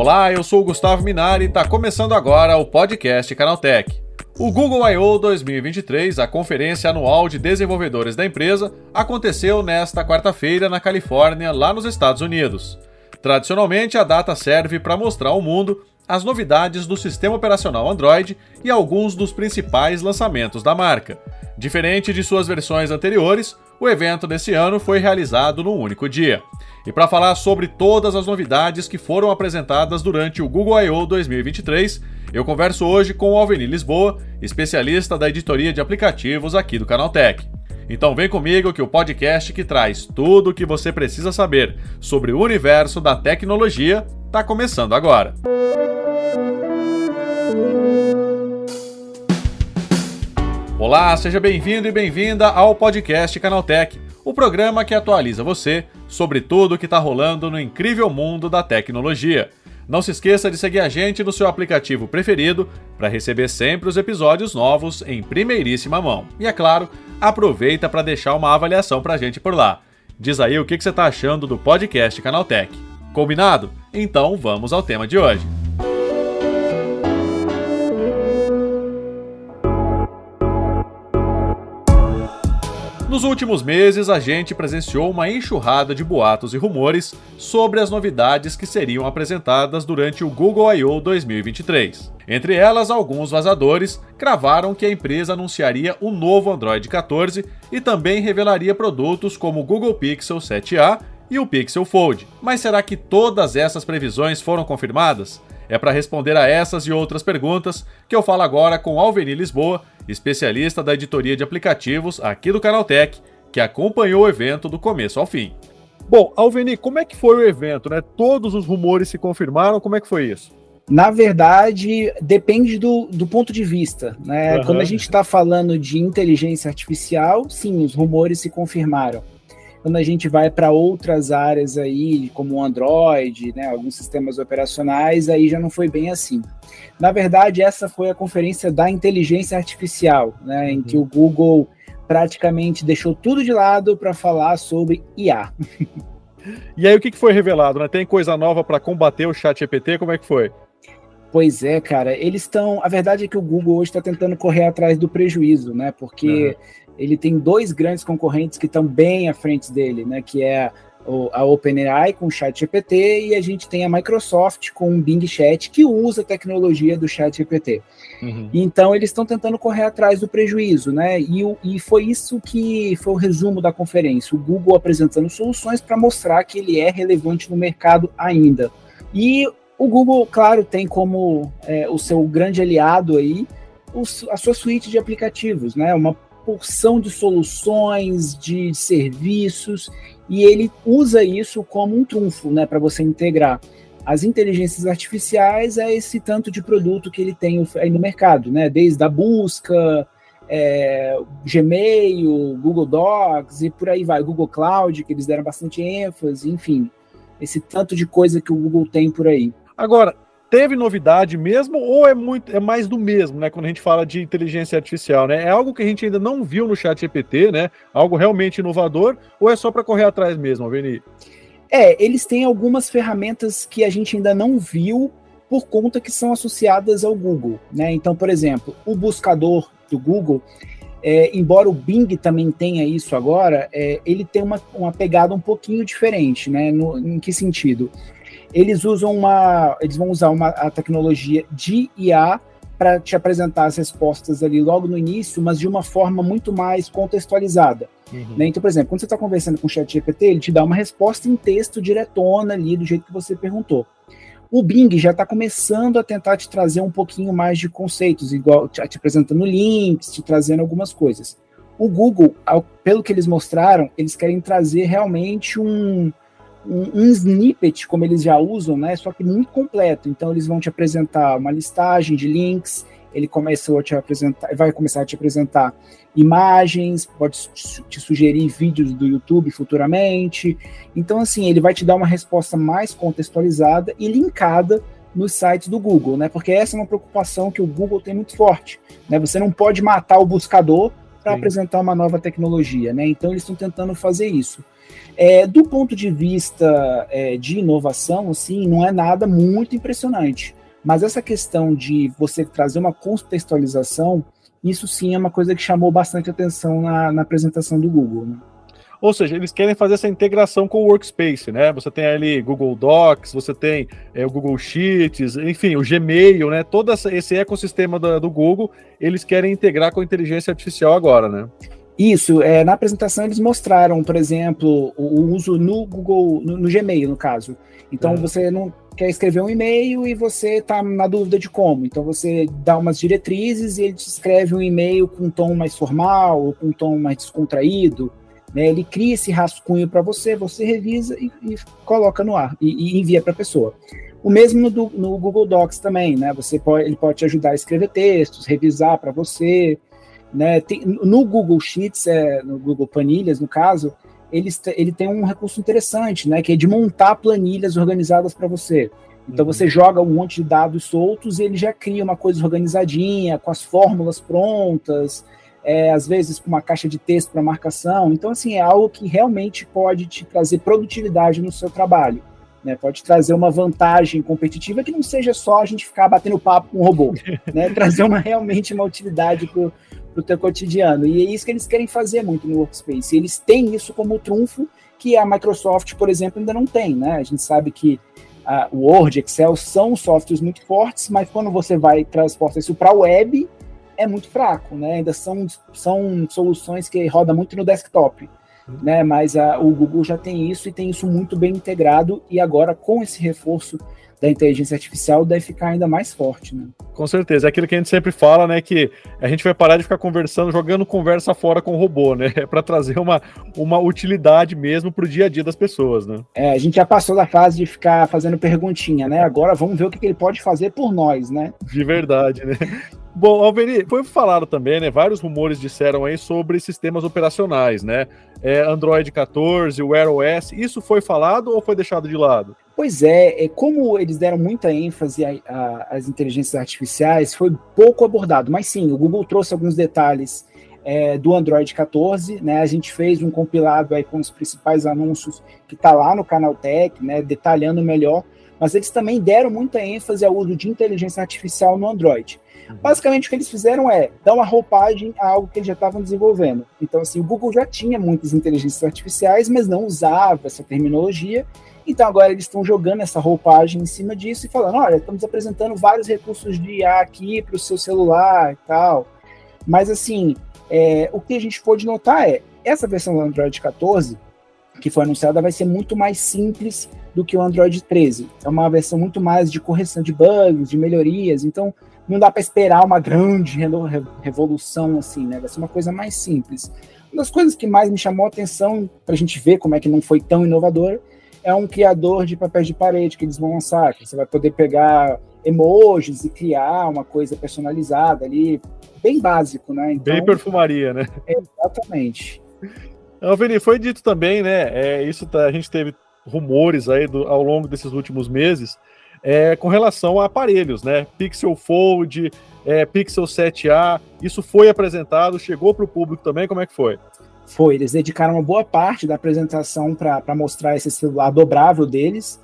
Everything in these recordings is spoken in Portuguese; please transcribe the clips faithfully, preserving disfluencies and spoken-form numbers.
Olá, eu sou o Gustavo Minari e está começando agora o podcast Canaltech. O Google I O dois mil e vinte e três, a conferência anual de desenvolvedores da empresa, aconteceu nesta quarta-feira na Califórnia, lá nos Estados Unidos. Tradicionalmente, a data serve para mostrar ao mundo as novidades do sistema operacional Android e alguns dos principais lançamentos da marca. Diferente de suas versões anteriores, o evento desse ano foi realizado num único dia. E para falar sobre todas as novidades que foram apresentadas durante o Google I O dois mil e vinte e três, eu converso hoje com o Alveni Lisboa, especialista da editoria de aplicativos aqui do Canaltech. Então vem comigo que o podcast que traz tudo o que você precisa saber sobre o universo da tecnologia está começando agora. Olá, seja bem-vindo e bem-vinda ao podcast Canaltech, o programa que atualiza você sobre tudo o que está rolando no incrível mundo da tecnologia. Não se esqueça de seguir a gente no seu aplicativo preferido para receber sempre os episódios novos em primeiríssima mão. E é claro, aproveita para deixar uma avaliação para a gente por lá. Diz aí o que você está achando do podcast Canaltech. Combinado? Então vamos ao tema de hoje. Nos últimos meses, a gente presenciou uma enxurrada de boatos e rumores sobre as novidades que seriam apresentadas durante o Google I O dois mil e vinte e três. Entre elas, alguns vazadores cravaram que a empresa anunciaria o novo Android quatorze e também revelaria produtos como o Google Pixel sete a e o Pixel Fold. Mas será que todas essas previsões foram confirmadas? É para responder a essas e outras perguntas que eu falo agora com Alveni Lisboa, especialista da editoria de aplicativos aqui do Canaltech, que acompanhou o evento do começo ao fim. Bom, Alveni, como é que foi o evento, né? Todos os rumores se confirmaram, como é que foi isso? Na verdade, depende do, do ponto de vista, né? Uhum. Quando a gente está falando de inteligência artificial, sim, os rumores se confirmaram. Quando a gente vai para outras áreas aí, como o Android, né, alguns sistemas operacionais, aí já não foi bem assim. Na verdade, essa foi a conferência da inteligência artificial, né, uhum. em que o Google praticamente deixou tudo de lado para falar sobre I A. E aí, o que foi revelado? Né? Tem coisa nova para combater o ChatGPT? Como é que foi? Pois é, cara, eles estão... A verdade é que o Google hoje está tentando correr atrás do prejuízo, né, porque... Uhum. Ele tem dois grandes concorrentes que estão bem à frente dele, né? Que é a OpenAI com o ChatGPT e a gente tem a Microsoft com o Bing Chat, que usa a tecnologia do ChatGPT. Uhum. Então, eles estão tentando correr atrás do prejuízo, né? E, e foi isso que foi o resumo da conferência. O Google apresentando soluções para mostrar que ele é relevante no mercado ainda. E o Google, claro, tem como é, o seu grande aliado aí os, a sua suíte de aplicativos, né? Uma porção de soluções, de serviços, e ele usa isso como um trunfo, né, para você integrar as inteligências artificiais a esse tanto de produto que ele tem aí no mercado, né, desde a busca, é, Gmail, Google Docs e por aí vai, Google Cloud, que eles deram bastante ênfase, enfim, esse tanto de coisa que o Google tem por aí. Agora, teve novidade mesmo ou é, muito, é mais do mesmo, né? Quando a gente fala de inteligência artificial, né? É algo que a gente ainda não viu no ChatGPT, né? Algo realmente inovador ou é só para correr atrás mesmo, Alveni? É, eles têm algumas ferramentas que a gente ainda não viu por conta que são associadas ao Google, né? Então, por exemplo, o buscador do Google, é, embora o Bing também tenha isso agora, é, ele tem uma, uma pegada um pouquinho diferente, né? No, em que sentido? Eles usam uma, eles vão usar uma a tecnologia de I A para te apresentar as respostas ali logo no início, mas de uma forma muito mais contextualizada. Uhum. Né? Então, por exemplo, quando você está conversando com o ChatGPT, ele te dá uma resposta em texto diretona ali, do jeito que você perguntou. O Bing já está começando a tentar te trazer um pouquinho mais de conceitos, igual te, te apresentando links, te trazendo algumas coisas. O Google, ao, pelo que eles mostraram, eles querem trazer realmente um... Um, um snippet, como eles já usam, né? Só que muito completo. Então, eles vão te apresentar uma listagem de links, ele começou a te apresentar, vai começar a te apresentar imagens, pode te sugerir vídeos do YouTube futuramente. Então, assim, ele vai te dar uma resposta mais contextualizada e linkada nos sites do Google, né? Porque essa é uma preocupação que o Google tem muito forte, né? Você não pode matar o buscador para apresentar uma nova tecnologia, né? Então eles estão tentando fazer isso. É, do ponto de vista é, de inovação, assim, não é nada muito impressionante. Mas essa questão de você trazer uma contextualização, isso sim é uma coisa que chamou bastante atenção na, na apresentação do Google, né? Ou seja, eles querem fazer essa integração com o Workspace, né? Você tem ali Google Docs, você tem é, o Google Sheets, enfim, o Gmail, né? Todo esse ecossistema do, do Google, eles querem integrar com a inteligência artificial agora, né? Isso, é, na apresentação eles mostraram, por exemplo, o, o uso no Google, no, no Gmail, no caso. Então, é. você não quer escrever um e-mail e você está na dúvida de como. Então, você dá umas diretrizes e ele te escreve um e-mail com um tom mais formal ou com um tom mais descontraído. Né? Ele cria esse rascunho para você, você revisa e, e coloca no ar e, e envia para a pessoa. O mesmo no, do, no Google Docs também, né? Você pode, ele pode te ajudar a escrever textos, revisar para você. Né? Tem, no Google Sheets, é, no Google Planilhas, no caso, ele, ele tem um recurso interessante, né? Que é de montar planilhas organizadas para você. Então, uhum. você joga um monte de dados soltos e ele já cria uma coisa organizadinha, com as fórmulas prontas, é, às vezes com uma caixa de texto para marcação. Então, assim, é algo que realmente pode te trazer produtividade no seu trabalho. Né? Pode trazer uma vantagem competitiva que não seja só a gente ficar batendo papo com o robô. Né? Trazer uma, realmente uma utilidade para o teu cotidiano. E é isso que eles querem fazer muito no Workspace. Eles têm isso como trunfo que a Microsoft, por exemplo, ainda não tem. Né? A gente sabe que a Word, Excel são softwares muito fortes, mas quando você vai transportar isso para a web, é muito fraco. Né? Ainda são, são soluções que rodam muito no desktop. Né, mas a, o Google já tem isso e tem isso muito bem integrado, e agora com esse reforço da inteligência artificial deve ficar ainda mais forte, né? Com certeza, é aquilo que a gente sempre fala, né, que a gente vai parar de ficar conversando, jogando conversa fora com o robô, né, é para trazer uma, uma utilidade mesmo para o dia a dia das pessoas, né? É, a gente já passou da fase de ficar fazendo perguntinha, né, agora vamos ver o que, que ele pode fazer por nós, né? De verdade, né? Bom, Alveni, foi falado também, né? Vários rumores disseram aí sobre sistemas operacionais, né? É, Android quatorze, o Wear O S, isso foi falado ou foi deixado de lado? Pois é, é como eles deram muita ênfase às inteligências artificiais, foi pouco abordado, mas sim, o Google trouxe alguns detalhes é, do Android quatorze, né? A gente fez um compilado aí com os principais anúncios que está lá no Canaltech, né? Detalhando melhor, mas eles também deram muita ênfase ao uso de inteligência artificial no Android. Basicamente, o que eles fizeram é dar uma roupagem a algo que eles já estavam desenvolvendo. Então, assim, o Google já tinha muitas inteligências artificiais, mas não usava essa terminologia. Então, agora eles estão jogando essa roupagem em cima disso e falando, olha, estamos apresentando vários recursos de I A aqui para o seu celular e tal. Mas, assim, é, o que a gente pode notar é, essa versão do Android quatorze, que foi anunciada, vai ser muito mais simples do que o Android treze. É uma versão muito mais de correção de bugs, de melhorias, então não dá para esperar uma grande revolução assim, né? Vai ser uma coisa mais simples. Uma das coisas que mais me chamou a atenção, para a gente ver como é que não foi tão inovador, é um criador de papéis de parede que eles vão lançar, que você vai poder pegar emojis e criar uma coisa personalizada ali, bem básico, né? Então, bem perfumaria, né? É, exatamente. Alveni, foi dito também, né? É, isso tá, a gente teve rumores aí do, ao longo desses últimos meses, é, com relação a aparelhos, né? Pixel Fold, é, Pixel sete A, isso foi apresentado, chegou para o público também, como é que foi? Foi, eles dedicaram uma boa parte da apresentação para mostrar esse celular dobrável deles,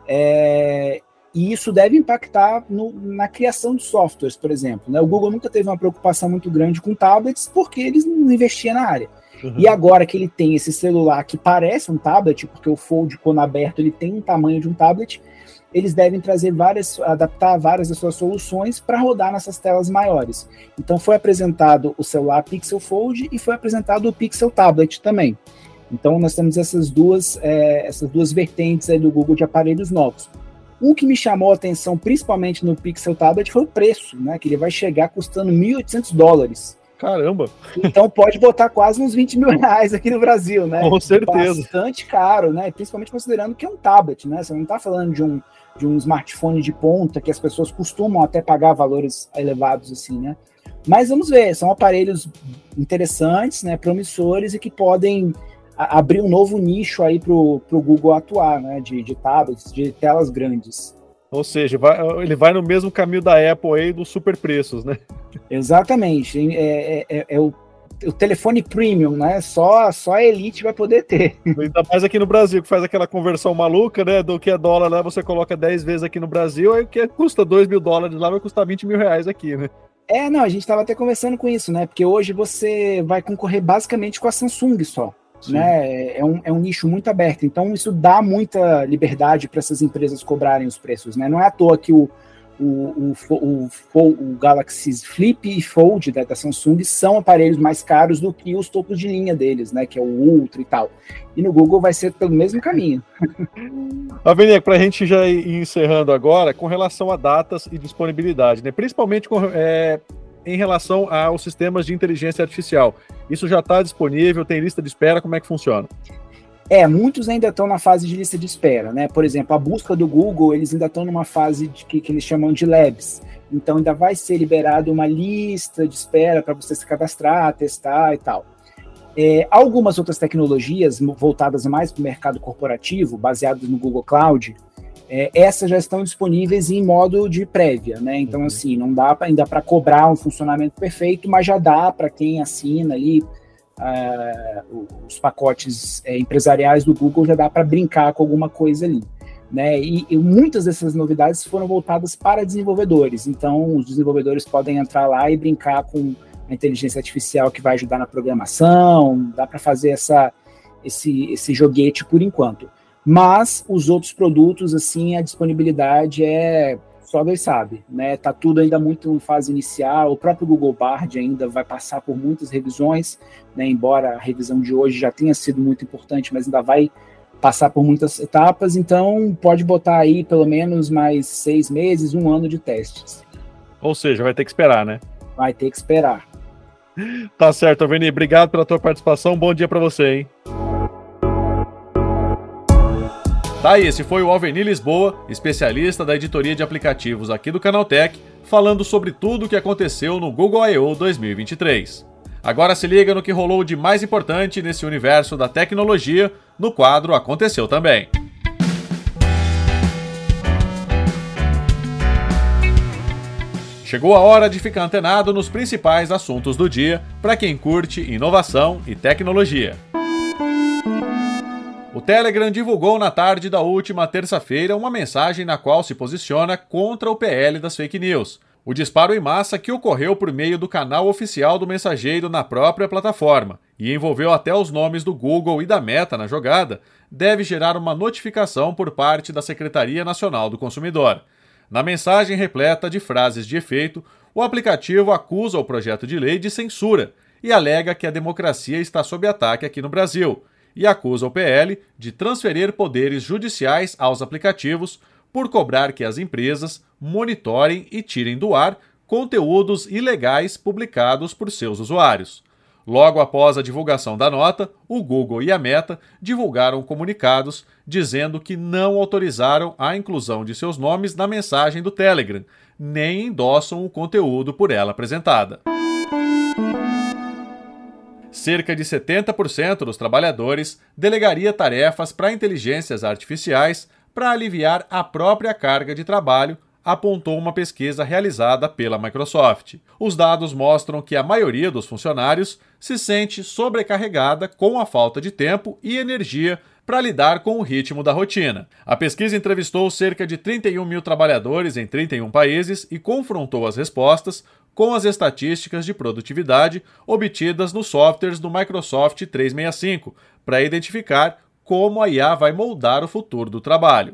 é, e isso deve impactar no, na criação de softwares, por exemplo. Né? O Google nunca teve uma preocupação muito grande com tablets, porque eles não investiam na área. Uhum. E agora que ele tem esse celular que parece um tablet, porque o Fold, quando aberto, ele tem um tamanho de um tablet, eles devem trazer várias, adaptar várias das suas soluções para rodar nessas telas maiores. Então foi apresentado o celular Pixel Fold e foi apresentado o Pixel Tablet também. Então nós temos essas duas, é, essas duas vertentes aí do Google de aparelhos novos. O que me chamou a atenção, principalmente no Pixel Tablet, foi o preço, né? Que ele vai chegar custando mil e oitocentos dólares. Caramba! Então pode botar quase uns vinte mil reais aqui no Brasil, né? Com certeza. Bastante caro, né? Principalmente considerando que é um tablet, né? Você não está falando de um, de um smartphone de ponta que as pessoas costumam até pagar valores elevados assim, né? Mas vamos ver, são aparelhos interessantes, né? Promissores e que podem a, abrir um novo nicho aí para o Google atuar, né? De, de tablets, de telas grandes. Ou seja, vai, ele vai no mesmo caminho da Apple aí dos super preços, né? Exatamente. É, é, é o o telefone premium, né? Só, só a elite vai poder ter. Ainda mais aqui no Brasil, que faz aquela conversão maluca, né? Do que é dólar lá, você coloca dez vezes aqui no Brasil, aí o que custa dois mil dólares lá vai custar vinte mil reais aqui, né? É, não, a gente estava até conversando com isso, né? Porque hoje você vai concorrer basicamente com a Samsung só. Né? É, um, é um nicho muito aberto, então isso dá muita liberdade para essas empresas cobrarem os preços, né? Não é à toa que o, o, o, o, o Galaxy Flip e Fold da, da Samsung são aparelhos mais caros do que os topos de linha deles, né? Que é o Ultra e tal. E no Google vai ser pelo mesmo caminho. Avenida, para a gente já ir encerrando agora, com relação a datas e disponibilidade, né? Principalmente com, é, em relação aos sistemas de inteligência artificial. Isso já está disponível, tem lista de espera, como é que funciona? É, muitos ainda estão na fase de lista de espera, né? Por exemplo, a busca do Google, eles ainda estão numa fase de que, que eles chamam de labs. Então ainda vai ser liberado uma lista de espera para você se cadastrar, testar e tal. É, algumas outras tecnologias voltadas mais para o mercado corporativo, baseadas no Google Cloud, é, essas já estão disponíveis em modo de prévia, né? Então, assim, não dá pra, ainda para cobrar um funcionamento perfeito, mas já dá para quem assina ali uh, os pacotes é, empresariais do Google, já dá para brincar com alguma coisa ali, né? E, e muitas dessas novidades foram voltadas para desenvolvedores. Então, os desenvolvedores podem entrar lá e brincar com a inteligência artificial que vai ajudar na programação, dá para fazer essa, esse, esse joguete por enquanto. Mas os outros produtos, assim, a disponibilidade é só Deus sabe, né? Tá tudo ainda muito em fase inicial, o próprio Google Bard ainda vai passar por muitas revisões, né? Embora a revisão de hoje já tenha sido muito importante, mas ainda vai passar por muitas etapas, então pode botar aí pelo menos mais seis meses, um ano de testes. Ou seja, vai ter que esperar, né? Vai ter que esperar. Tá certo, Aveni, obrigado pela tua participação, bom dia para você, hein? Tá aí, esse foi o Alveni Lisboa, especialista da editoria de aplicativos aqui do Canaltech, falando sobre tudo o que aconteceu no Google I O dois mil e vinte e três. Agora se liga no que rolou de mais importante nesse universo da tecnologia, no quadro Aconteceu Também. Chegou a hora de ficar antenado nos principais assuntos do dia para quem curte inovação e tecnologia. O Telegram divulgou na tarde da última terça-feira uma mensagem na qual se posiciona contra o P L das fake news. O disparo em massa que ocorreu por meio do canal oficial do mensageiro na própria plataforma e envolveu até os nomes do Google e da Meta na jogada, deve gerar uma notificação por parte da Secretaria Nacional do Consumidor. Na mensagem repleta de frases de efeito, o aplicativo acusa o projeto de lei de censura e alega que a democracia está sob ataque aqui no Brasil, e acusa o P L de transferir poderes judiciais aos aplicativos por cobrar que as empresas monitorem e tirem do ar conteúdos ilegais publicados por seus usuários. Logo após a divulgação da nota, o Google e a Meta divulgaram comunicados dizendo que não autorizaram a inclusão de seus nomes na mensagem do Telegram, nem endossam o conteúdo por ela apresentada. Cerca de setenta por cento dos trabalhadores delegaria tarefas para inteligências artificiais para aliviar a própria carga de trabalho, apontou uma pesquisa realizada pela Microsoft. Os dados mostram que a maioria dos funcionários se sente sobrecarregada com a falta de tempo e energia para lidar com o ritmo da rotina. A pesquisa entrevistou cerca de trinta e um mil trabalhadores em trinta e um países e confrontou as respostas com as estatísticas de produtividade obtidas nos softwares do Microsoft trezentos e sessenta e cinco, para identificar como a I A vai moldar o futuro do trabalho.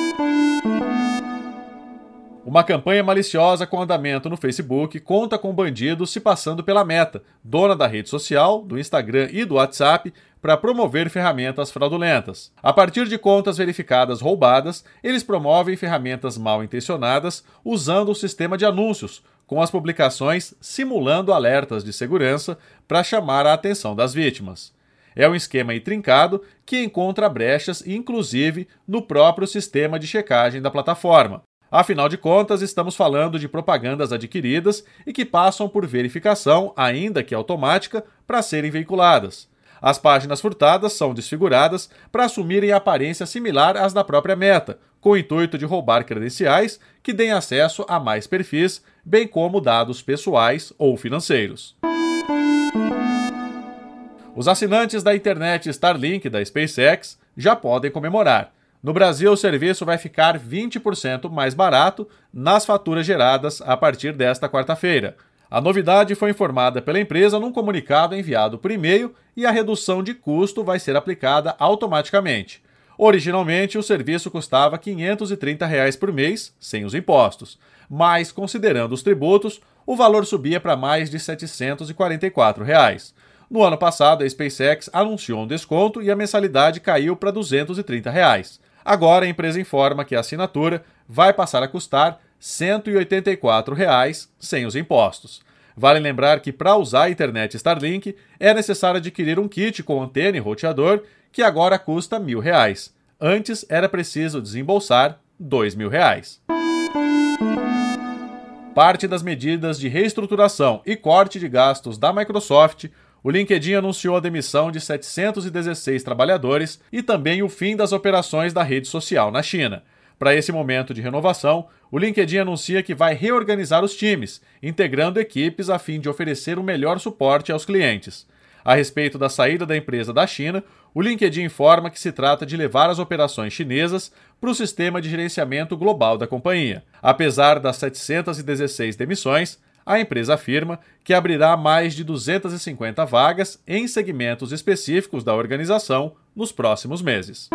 Uma campanha maliciosa com andamento no Facebook conta com bandidos se passando pela Meta, dona da rede social, do Instagram e do WhatsApp, para promover ferramentas fraudulentas. A partir de contas verificadas roubadas, eles promovem ferramentas mal intencionadas usando o sistema de anúncios, com as publicações simulando alertas de segurança para chamar a atenção das vítimas. É um esquema intrincado que encontra brechas, inclusive, no próprio sistema de checagem da plataforma. Afinal de contas, estamos falando de propagandas adquiridas e que passam por verificação, ainda que automática, para serem veiculadas. As páginas furtadas são desfiguradas para assumirem aparência similar às da própria Meta, com o intuito de roubar credenciais que deem acesso a mais perfis, bem como dados pessoais ou financeiros. Os assinantes da internet Starlink da SpaceX já podem comemorar. No Brasil, o serviço vai ficar vinte por cento mais barato nas faturas geradas a partir desta quarta-feira. A novidade foi informada pela empresa num comunicado enviado por e-mail e a redução de custo vai ser aplicada automaticamente. Originalmente, o serviço custava quinhentos e trinta reais por mês, sem os impostos, mas, considerando os tributos, o valor subia para mais de setecentos e quarenta e quatro reais. No ano passado, a SpaceX anunciou um desconto e a mensalidade caiu para duzentos e trinta reais. Agora, a empresa informa que a assinatura vai passar a custar cento e oitenta e quatro reais, sem os impostos. Vale lembrar que, para usar a internet Starlink, é necessário adquirir um kit com antena e roteador, que agora custa mil reais. Antes, era preciso desembolsar dois mil reais. Parte das medidas de reestruturação e corte de gastos da Microsoft, o LinkedIn anunciou a demissão de setecentos e dezesseis trabalhadores e também o fim das operações da rede social na China. Para esse momento de renovação, o LinkedIn anuncia que vai reorganizar os times, integrando equipes a fim de oferecer um melhor suporte aos clientes. A respeito da saída da empresa da China, o LinkedIn informa que se trata de levar as operações chinesas para o sistema de gerenciamento global da companhia. Apesar das setecentas e dezesseis demissões, a empresa afirma que abrirá mais de duzentas e cinquenta vagas em segmentos específicos da organização nos próximos meses.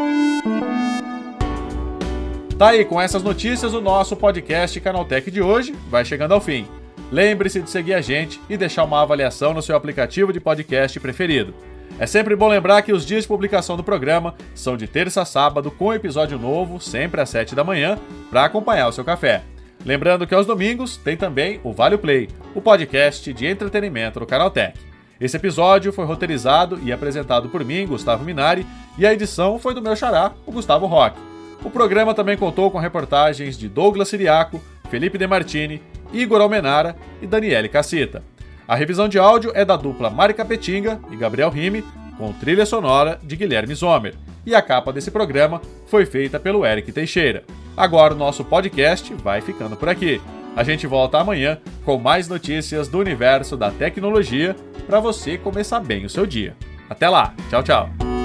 Tá aí, com essas notícias, o nosso podcast Canaltech de hoje vai chegando ao fim. Lembre-se de seguir a gente e deixar uma avaliação no seu aplicativo de podcast preferido. É sempre bom lembrar que os dias de publicação do programa são de terça a sábado, com episódio novo, sempre às sete da manhã, para acompanhar o seu café. Lembrando que aos domingos tem também o Vale Play, o podcast de entretenimento do Canaltech. Esse episódio foi roteirizado e apresentado por mim, Gustavo Minari, e a edição foi do meu xará, o Gustavo Roque. O programa também contou com reportagens de Douglas Siriaco, Felipe De Martini, Igor Almenara e Daniele Cassita. A revisão de áudio é da dupla Mari Capetinga e Gabriel Rime, com trilha sonora de Guilherme Zomer. E a capa desse programa foi feita pelo Eric Teixeira. Agora o nosso podcast vai ficando por aqui. A gente volta amanhã com mais notícias do universo da tecnologia para você começar bem o seu dia. Até lá, tchau, tchau!